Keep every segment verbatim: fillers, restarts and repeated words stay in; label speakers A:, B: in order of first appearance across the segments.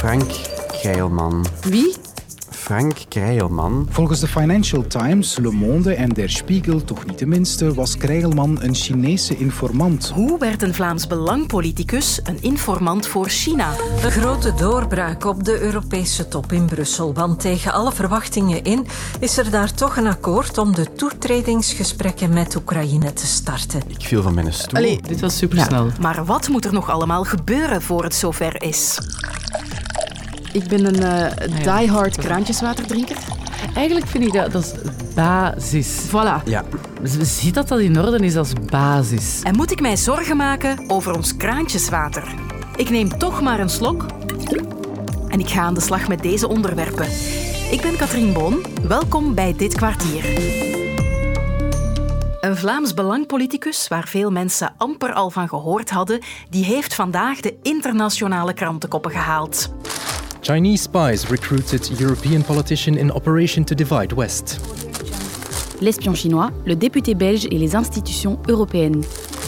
A: Frank Krijlman.
B: Wie?
A: Frank Krijlman.
C: Volgens de Financial Times, Le Monde en Der Spiegel, toch niet de minste, was Krijlman een Chinese informant.
B: Hoe werd een Vlaams Belang-politicus een informant voor China?
D: Een grote doorbraak op de Europese top in Brussel. Want tegen alle verwachtingen in is er daar toch een akkoord om de toetredingsgesprekken met Oekraïne te starten.
A: Ik viel van mijn stoel.
B: Allee,
E: Dit was supersnel.
B: ja, maar wat moet er nog allemaal gebeuren voor het zover is?
F: Ik ben een uh, diehard kraantjeswaterdrinker.
E: Eigenlijk vind ik dat, dat is basis.
F: Voilà.
A: Ja.
E: Je ziet dat dat in orde is als basis.
B: En moet ik mij zorgen maken over ons kraantjeswater? Ik neem toch maar een slok en ik ga aan de slag met deze onderwerpen. Ik ben Katrien Boon. Welkom bij Dit Kwartier. Een Vlaams Belang-politicus, waar veel mensen amper al van gehoord hadden, die heeft vandaag de internationale krantenkoppen gehaald.
G: Chinese spies recruited European politician in operation to divide West.
F: L'espion chinois, le député belge et les institutions européennes.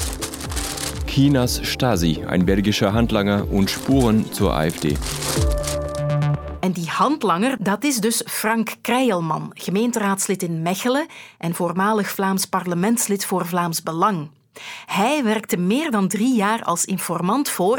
H: Chinas Stasi, ein belgischer Handlanger und Spuren zur AfD.
B: En die handlanger, dat is dus Frank Krijlman, gemeenteraadslid in Mechelen en voormalig Vlaams parlementslid voor Vlaams Belang. Hij werkte meer dan drie jaar als informant voor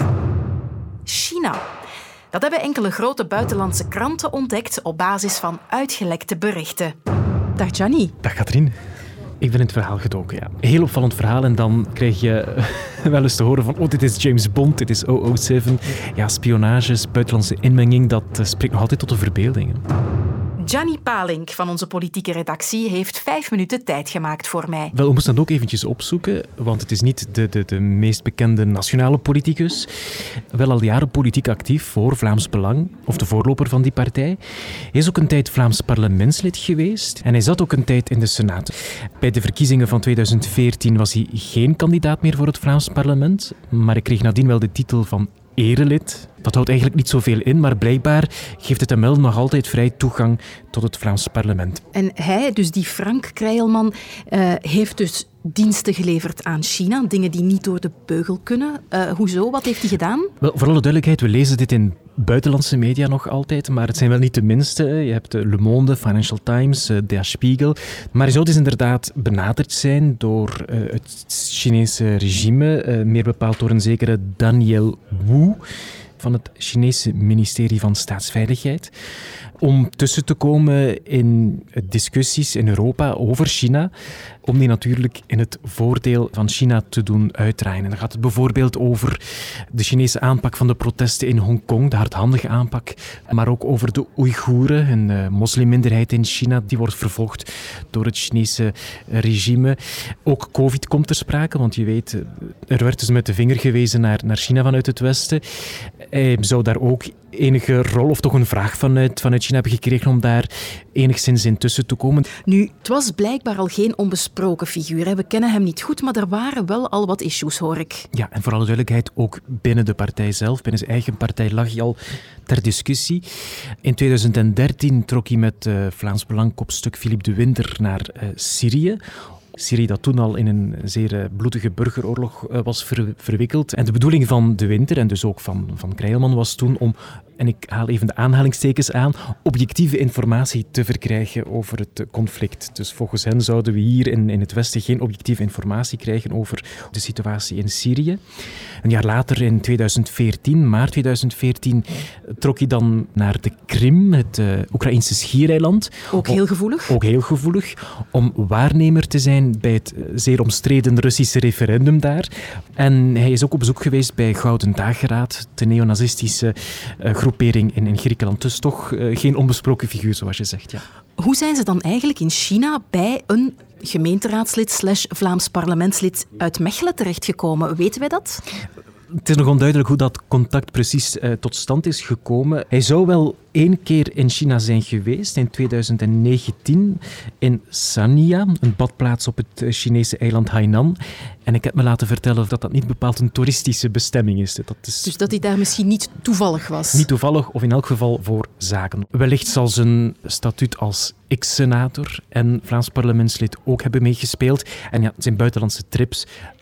B: China. Dat hebben enkele grote buitenlandse kranten ontdekt op basis van uitgelekte berichten.
F: Dag Gianni.
G: Dag Katrien. Ik ben in het verhaal gedoken, ja. Een heel opvallend verhaal en dan krijg je wel eens te horen van oh, dit is James Bond, dit is douze nul zeven. Ja, spionages, buitenlandse inmenging, dat uh, spreekt nog altijd tot de verbeelding.
B: Gianni Palink van onze politieke redactie heeft vijf minuten tijd gemaakt voor mij.
G: Wel, we moesten dat ook eventjes opzoeken, want het is niet de, de, de meest bekende nationale politicus. Wel al jaren politiek actief voor Vlaams Belang, of de voorloper van die partij. Hij is ook een tijd Vlaams parlementslid geweest en hij zat ook een tijd in de Senaat. Bij de verkiezingen van tweeduizend veertien was hij geen kandidaat meer voor het Vlaams parlement, maar hij kreeg nadien wel de titel van erelid. Dat houdt eigenlijk niet zoveel in, maar blijkbaar geeft het hem wel nog altijd vrij toegang tot het Vlaams parlement.
B: En hij, dus die Frank Krijlman, uh, heeft dus diensten geleverd aan China, dingen die niet door de beugel kunnen. Uh, hoezo? Wat heeft hij gedaan?
G: Wel, voor alle duidelijkheid, we lezen dit in buitenlandse media nog altijd, maar het zijn wel niet de minste. Je hebt Le Monde, Financial Times, Der Spiegel. Maar hij zou dus inderdaad benaderd zijn door uh, het Chinese regime, uh, meer bepaald door een zekere Daniel Wu van het Chinese ministerie van Staatsveiligheid, om tussen te komen in discussies in Europa over China, om die natuurlijk in het voordeel van China te doen uitdraaien. En dan gaat het bijvoorbeeld over de Chinese aanpak van de protesten in Hongkong, de hardhandige aanpak, maar ook over de Oeigoeren, een uh, moslimminderheid in China, die wordt vervolgd door het Chinese regime. Ook COVID komt ter sprake, want je weet, er werd dus met de vinger gewezen naar, naar China vanuit het Westen. Hij zou daar ook enige rol, of toch een vraag vanuit, vanuit China hebben gekregen om daar enigszins in tussen te komen.
B: Nu, het was blijkbaar al geen onbesproken figuur. Hè. We kennen hem niet goed, maar er waren wel al wat issues, hoor ik.
G: Ja, en voor alle duidelijkheid, ook binnen de partij zelf, binnen zijn eigen partij, lag hij al ter discussie. In tweeduizend dertien trok hij met uh, Vlaams Belang-kopstuk Philippe de Winter naar uh, Syrië. Syrië dat toen al in een zeer bloedige burgeroorlog was ver, verwikkeld. En de bedoeling van de Winter, en dus ook van, van Krijlman, was toen om, en ik haal even de aanhalingstekens aan, objectieve informatie te verkrijgen over het conflict. Dus volgens hen zouden we hier in, in het Westen geen objectieve informatie krijgen over de situatie in Syrië. Een jaar later, in tweeduizend veertien, maart tweeduizend veertien, trok hij dan naar de Krim, het uh, Oekraïnse schiereiland.
B: Ook heel gevoelig.
G: Ook heel gevoelig, om waarnemer te zijn bij het zeer omstreden Russische referendum daar. En hij is ook op bezoek geweest bij Gouden Dageraad, de neonazistische uh, groepering in, in Griekenland. Dus toch uh, geen onbesproken figuur, zoals je zegt. Ja.
B: Hoe zijn ze dan eigenlijk in China bij een gemeenteraadslid slash Vlaams parlementslid uit Mechelen terechtgekomen? Weten wij dat?
G: Het is nog onduidelijk hoe dat contact precies uh, tot stand is gekomen. Hij zou wel één keer in China zijn geweest, in tweeduizend negentien, in Sanya, een badplaats op het Chinese eiland Hainan. En ik heb me laten vertellen dat dat niet bepaald een toeristische bestemming is. Dat is
B: dus dat hij daar misschien niet toevallig was?
G: Niet toevallig, of in elk geval voor zaken. Wellicht zal zijn statuut als ex-senator en Vlaams parlementslid ook hebben meegespeeld. En ja, zijn buitenlandse trips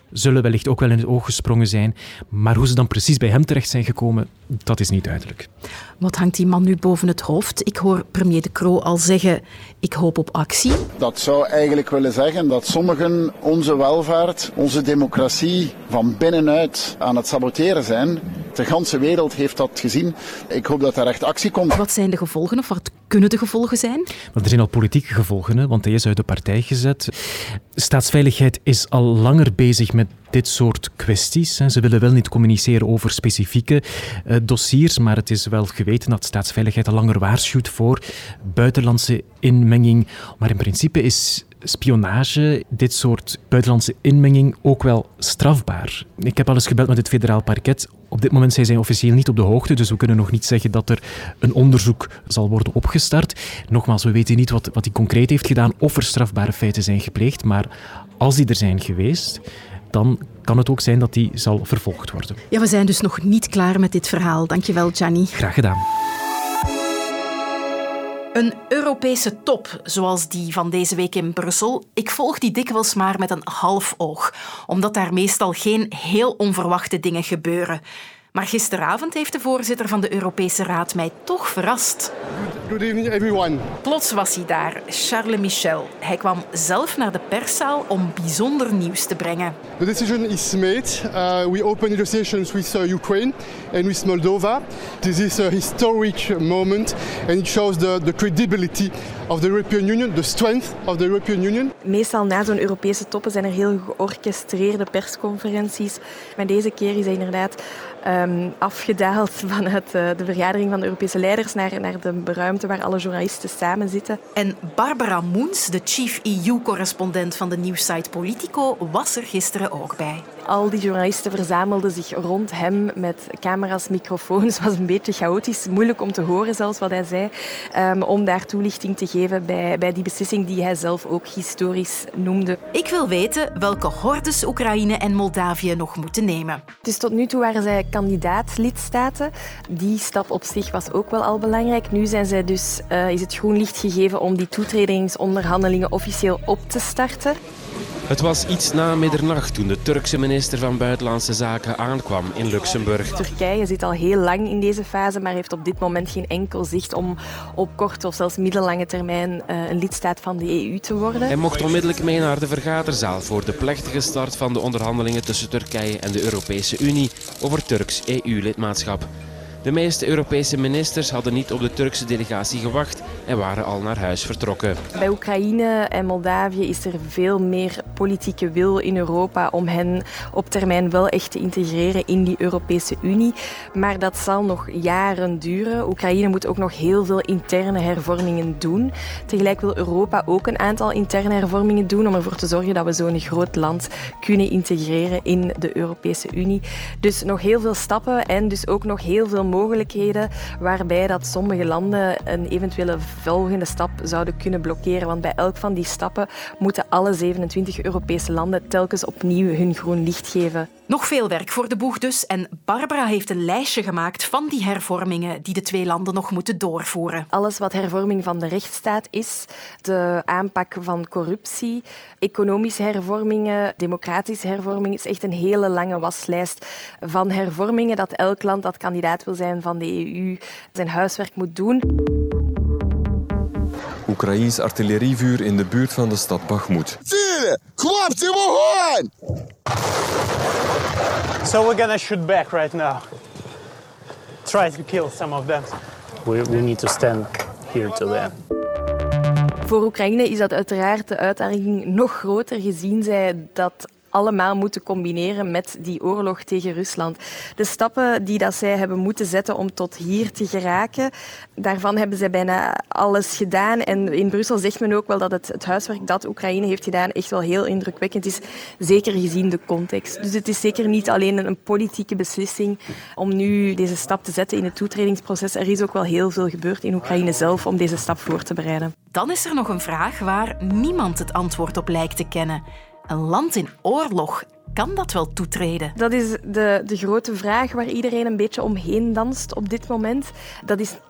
G: zullen wellicht ook wel in het oog gesprongen zijn. Maar hoe ze dan precies bij hem terecht zijn gekomen, dat is niet duidelijk.
B: Wat hangt die man nu boven het hoofd? Ik hoor premier De Croo al zeggen, ik hoop op actie.
I: Dat zou eigenlijk willen zeggen dat sommigen onze welvaart, onze democratie van binnenuit aan het saboteren zijn. De ganse wereld heeft dat gezien. Ik hoop dat er echt actie komt.
B: Wat zijn de gevolgen of wat kunnen de gevolgen zijn?
G: Want er zijn al politieke gevolgen, hè, want hij is uit de partij gezet. Staatsveiligheid is al langer bezig met dit soort kwesties. Hè. Ze willen wel niet communiceren over specifieke uh, dossiers, maar het is wel geweten dat staatsveiligheid al langer waarschuwt voor buitenlandse inmenging. Maar in principe is spionage, dit soort buitenlandse inmenging, ook wel strafbaar. Ik heb al eens gebeld met het federaal parket. Op dit moment zijn zij officieel niet op de hoogte, dus we kunnen nog niet zeggen dat er een onderzoek zal worden opgestart. Nogmaals, we weten niet wat, wat hij concreet heeft gedaan, of er strafbare feiten zijn gepleegd, maar als die er zijn geweest, dan kan het ook zijn dat die zal vervolgd worden.
B: Ja, we zijn dus nog niet klaar met dit verhaal. Dankjewel, Gianni.
G: Graag gedaan.
B: Een Europese top, zoals die van deze week in Brussel, ik volg die dikwijls maar met een half oog, omdat daar meestal geen heel onverwachte dingen gebeuren. Maar gisteravond heeft de voorzitter van de Europese Raad mij toch verrast.
J: Good evening, everyone.
B: Plots was hij daar, Charles Michel. Hij kwam zelf naar de perszaal om bijzonder nieuws te brengen.
J: The decision is made. Uh, we open negotiations with uh, Ukraine and with Moldova. This is a historic moment and it shows the, the credibility of the European Union, the strength of the European Union.
K: Meestal na zo'n Europese toppen zijn er heel georchestreerde persconferenties. Maar deze keer is hij inderdaad um, afgedaald vanuit uh, de vergadering van de Europese leiders naar, naar de ruimte waar alle journalisten samen zitten.
B: En Barbara Moens, de chief E U-correspondent van de nieuwssite Politico, was er gisteren ook bij.
K: Al die journalisten verzamelden zich rond hem met camera's, microfoons. Het was een beetje chaotisch, moeilijk om te horen zelfs wat hij zei, um, om daar toelichting te geven bij, bij die beslissing die hij zelf ook historisch noemde.
B: Ik wil weten welke hordes Oekraïne en Moldavië nog moeten nemen.
K: Dus tot nu toe waren zij kandidaat-lidstaten. Die stap op zich was ook wel al belangrijk. Nu zijn zij dus, uh, is het groen licht gegeven om die toetredingsonderhandelingen officieel op te starten.
L: Het was iets na middernacht toen de Turkse minister van Buitenlandse Zaken aankwam in Luxemburg.
K: Turkije zit al heel lang in deze fase, maar heeft op dit moment geen enkel zicht om op korte of zelfs middellange termijn uh, een lidstaat van de E U te worden.
L: Hij mocht onmiddellijk mee naar de vergaderzaal voor de plechtige start van de onderhandelingen tussen Turkije en de Europese Unie over Turks E U-lidmaatschap. De meeste Europese ministers hadden niet op de Turkse delegatie gewacht en waren al naar huis vertrokken.
K: Bij Oekraïne en Moldavië is er veel meer politieke wil in Europa om hen op termijn wel echt te integreren in die Europese Unie. Maar dat zal nog jaren duren. Oekraïne moet ook nog heel veel interne hervormingen doen. Tegelijk wil Europa ook een aantal interne hervormingen doen om ervoor te zorgen dat we zo'n groot land kunnen integreren in de Europese Unie. Dus nog heel veel stappen en dus ook nog heel veel mogelijkheden waarbij dat sommige landen een eventuele volgende stap zouden kunnen blokkeren. Want bij elk van die stappen moeten alle zevenentwintig Europese landen telkens opnieuw hun groen licht geven.
B: Nog veel werk voor de boeg dus. En Barbara heeft een lijstje gemaakt van die hervormingen die de twee landen nog moeten doorvoeren.
K: Alles wat hervorming van de rechtsstaat is, de aanpak van corruptie, economische hervormingen, democratische hervormingen, is echt een hele lange waslijst van hervormingen dat elk land dat kandidaat wil zijn van de E U zijn huiswerk moet doen.
M: Oekraïens artillerievuur in de buurt van de stad Bakhmut.
N: So we're gonna shoot back right now. Try to kill some of them. We, we need to stand here till then.
K: Voor Oekraïne is dat uiteraard de uitdaging nog groter, gezien zij dat allemaal moeten combineren met die oorlog tegen Rusland. De stappen die dat zij hebben moeten zetten om tot hier te geraken, daarvan hebben zij bijna alles gedaan. En in Brussel zegt men ook wel dat het, het huiswerk dat Oekraïne heeft gedaan echt wel heel indrukwekkend is, zeker gezien de context. Dus het is zeker niet alleen een politieke beslissing om nu deze stap te zetten in het toetredingsproces. Er is ook wel heel veel gebeurd in Oekraïne zelf om deze stap voor te bereiden.
B: Dan is er nog een vraag waar niemand het antwoord op lijkt te kennen. Een land in oorlog, kan dat wel toetreden?
K: Dat is de, de grote vraag waar iedereen een beetje omheen danst op dit moment. Dat is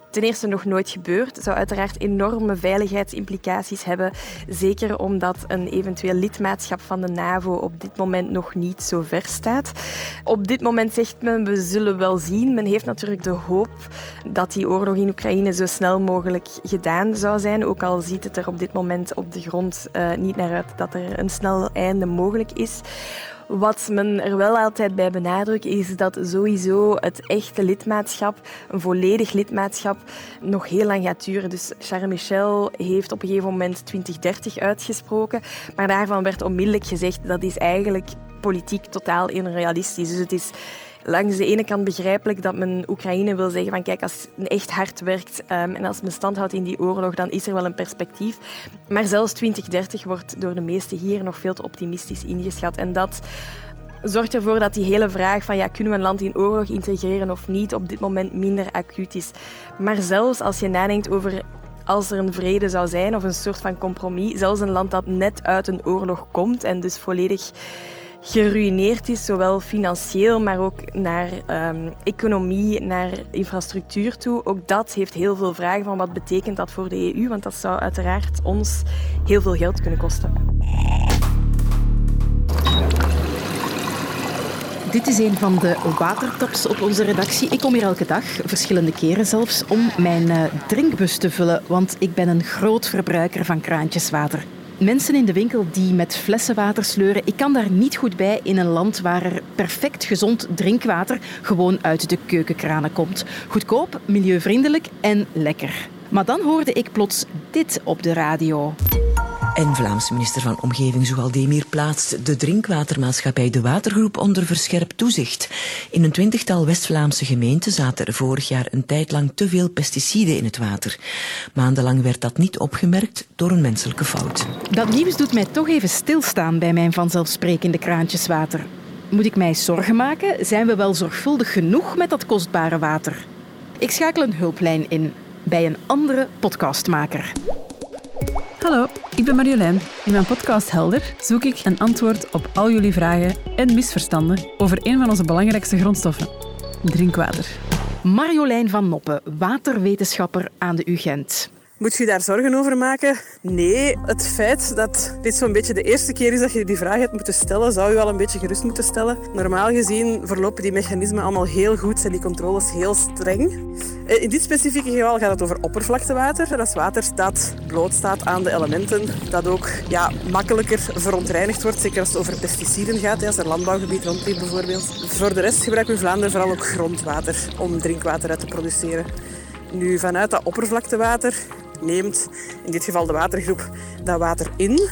K: ten eerste nog nooit gebeurd. Het zou uiteraard enorme veiligheidsimplicaties hebben. Zeker omdat een eventueel lidmaatschap van de NAVO op dit moment nog niet zo ver staat. Op dit moment zegt men, we zullen wel zien. Men heeft natuurlijk de hoop dat die oorlog in Oekraïne zo snel mogelijk gedaan zou zijn. Ook al ziet het er op dit moment op de grond uh, niet naar uit dat er een snel einde mogelijk is. Wat men er wel altijd bij benadrukt is dat sowieso het echte lidmaatschap, een volledig lidmaatschap, nog heel lang gaat duren. Dus Charles Michel heeft op een gegeven moment twintig dertig uitgesproken, maar daarvan werd onmiddellijk gezegd dat is eigenlijk politiek totaal onrealistisch. Dus het is langs de ene kant begrijpelijk dat men Oekraïne wil zeggen van kijk, als men echt hard werkt um, en als men stand houdt in die oorlog, dan is er wel een perspectief. Maar zelfs twintig dertig wordt door de meesten hier nog veel te optimistisch ingeschat. En dat zorgt ervoor dat die hele vraag van ja, kunnen we een land in oorlog integreren of niet, op dit moment minder acuut is. Maar zelfs als je nadenkt over als er een vrede zou zijn of een soort van compromis, zelfs een land dat net uit een oorlog komt en dus volledig geruïneerd is, zowel financieel, maar ook naar um, economie, naar infrastructuur toe. Ook dat heeft heel veel vragen van wat betekent dat voor de E U, want dat zou uiteraard ons heel veel geld kunnen kosten.
B: Dit is een van de watertaps op onze redactie. Ik kom hier elke dag, verschillende keren zelfs, om mijn uh, drinkbus te vullen, want ik ben een groot verbruiker van kraantjeswater. Mensen in de winkel die met flessen water sleuren, ik kan daar niet goed bij in een land waar er perfect gezond drinkwater gewoon uit de keukenkranen komt. Goedkoop, milieuvriendelijk en lekker. Maar dan hoorde ik plots dit op de radio.
O: En Vlaams minister van Omgeving Zouhaldemir plaatst de drinkwatermaatschappij De Watergroep onder verscherpt toezicht. In een twintigtal West-Vlaamse gemeenten zaten er vorig jaar een tijd lang te veel pesticiden in het water. Maandenlang werd dat niet opgemerkt door een menselijke fout.
B: Dat nieuws doet mij toch even stilstaan bij mijn vanzelfsprekende kraantjeswater. Moet ik mij zorgen maken? Zijn we wel zorgvuldig genoeg met dat kostbare water? Ik schakel een hulplijn in bij een andere podcastmaker.
P: Hallo, ik ben Marjolein. In mijn podcast Helder zoek ik een antwoord op al jullie vragen en misverstanden over een van onze belangrijkste grondstoffen, drinkwater.
B: Marjolein van Noppen, waterwetenschapper aan de U Gent.
Q: Moet je daar zorgen over maken? Nee, het feit dat dit zo'n beetje de eerste keer is dat je die vraag hebt moeten stellen, zou je al een beetje gerust moeten stellen. Normaal gezien verlopen die mechanismen allemaal heel goed, zijn die controles heel streng. In dit specifieke geval gaat het over oppervlaktewater. Dat is water dat blootstaat aan de elementen, dat ook ja, makkelijker verontreinigd wordt, zeker als het over pesticiden gaat, als er landbouwgebied rondliep bijvoorbeeld. Voor de rest gebruiken we in Vlaanderen vooral ook grondwater om drinkwater uit te produceren. Nu, vanuit dat oppervlaktewater neemt in dit geval de watergroep dat water in.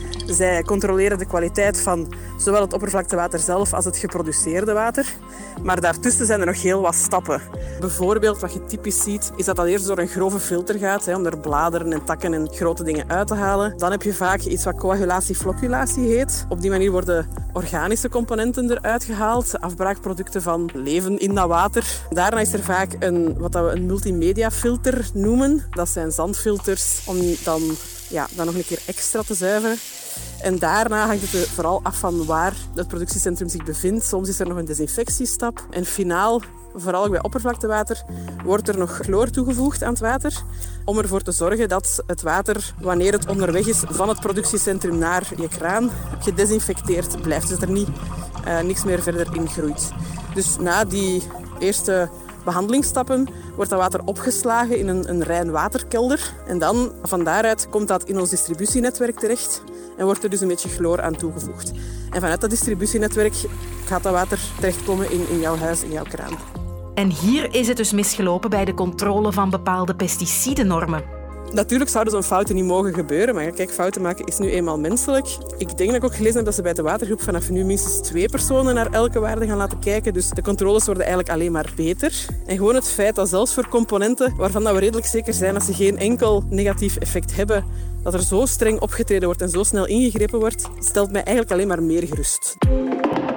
Q: Zij controleren de kwaliteit van zowel het oppervlaktewater zelf als het geproduceerde water. Maar daartussen zijn er nog heel wat stappen. Bijvoorbeeld, wat je typisch ziet, is dat dat eerst door een grove filter gaat, hè, om er bladeren en takken en grote dingen uit te halen. Dan heb je vaak iets wat coagulatie-flocculatie heet. Op die manier worden organische componenten eruit gehaald, afbraakproducten van leven in dat water. Daarna is er vaak een, wat we een multimedia-filter noemen. Dat zijn zandfilters om dan, ja, dan nog een keer extra te zuiveren. En daarna hangt het vooral af van waar het productiecentrum zich bevindt. Soms is er nog een desinfectiestap. En finaal, vooral ook bij oppervlaktewater, wordt er nog chloor toegevoegd aan het water. Om ervoor te zorgen dat het water, wanneer het onderweg is van het productiecentrum naar je kraan, gedesinfecteerd blijft. Dus dat er niet, uh, niks meer verder in groeit. Dus na die eerste behandelingsstappen wordt dat water opgeslagen in een, een rein waterkelder. En dan, van daaruit, komt dat in ons distributienetwerk terecht en wordt er dus een beetje chloor aan toegevoegd. En vanuit dat distributienetwerk gaat dat water terechtkomen in, in jouw huis, in jouw kraan.
B: En hier is het dus misgelopen bij de controle van bepaalde pesticidennormen.
Q: Natuurlijk zouden zo'n fouten niet mogen gebeuren, maar kijk, fouten maken is nu eenmaal menselijk. Ik denk dat ik ook gelezen heb dat ze bij de watergroep vanaf nu minstens twee personen naar elke waarde gaan laten kijken. Dus de controles worden eigenlijk alleen maar beter. En gewoon het feit dat zelfs voor componenten waarvan we redelijk zeker zijn dat ze geen enkel negatief effect hebben, dat er zo streng opgetreden wordt en zo snel ingegrepen wordt, stelt mij eigenlijk alleen maar meer gerust.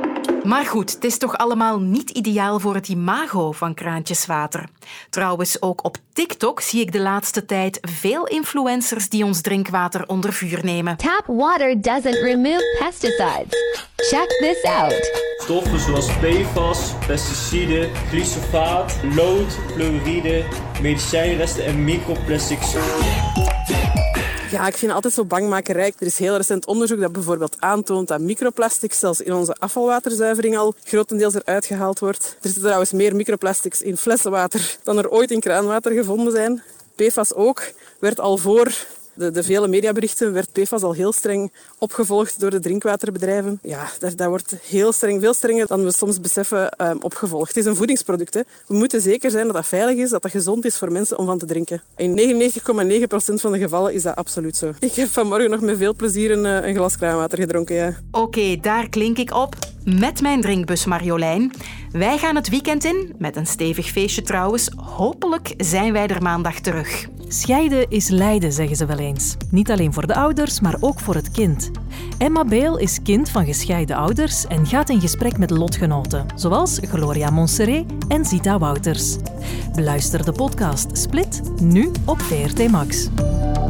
B: Maar goed, het is toch allemaal niet ideaal voor het imago van kraantjeswater. Trouwens, ook op TikTok zie ik de laatste tijd veel influencers die ons drinkwater onder vuur nemen.
R: Tap water doesn't remove pesticides. Check this out.
S: Stoffen zoals P F A S, pesticiden, glyfosaat, lood, fluoride, medicijnresten en microplastics.
Q: Ja, ik vind het altijd zo bangmakerij. Er is heel recent onderzoek dat bijvoorbeeld aantoont dat microplastics zelfs in onze afvalwaterzuivering al grotendeels eruit gehaald wordt. Er zitten trouwens meer microplastics in flessenwater dan er ooit in kraanwater gevonden zijn. P F A S ook werd al voor de, de vele mediaberichten werd P F A S al heel streng opgevolgd door de drinkwaterbedrijven. Ja, daar, daar wordt heel streng, veel strenger dan we soms beseffen, um, opgevolgd. Het is een voedingsproduct. Hè. We moeten zeker zijn dat dat veilig is, dat dat gezond is voor mensen om van te drinken. In negenennegentig komma negen procent van de gevallen is dat absoluut zo. Ik heb vanmorgen nog met veel plezier een, een glas kraanwater gedronken. Ja.
B: Oké, okay, daar klink ik op. Met mijn drinkbus Marjolein. Wij gaan het weekend in, met een stevig feestje trouwens. Hopelijk zijn wij er maandag terug.
T: Scheiden is lijden, zeggen ze wel eens. Niet alleen voor de ouders, maar ook voor het kind. Emma Beel is kind van gescheiden ouders en gaat in gesprek met lotgenoten, zoals Gloria Montserrat en Zita Wouters. Beluister de podcast Split, nu op V R T Max.